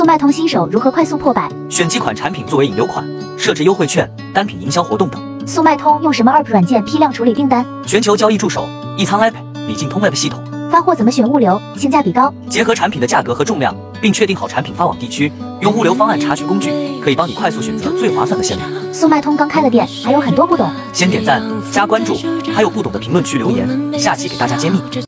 速卖通新手如何快速破百？ 选几款产品作为引流款，设置优惠券、单品营销活动等。 速卖通用什么 App 软件批量处理订单？ 全球交易助手、易仓 App、李劲通 Web 系统。 发货怎么选物流？性价比高？ 结合产品的价格和重量，并确定好产品发往地区，用物流方案查询工具，可以帮你快速选择最划算的线路。 速卖通刚开了店，还有很多不懂， 先点赞加关注，还有不懂的评论区留言，下期给大家揭秘。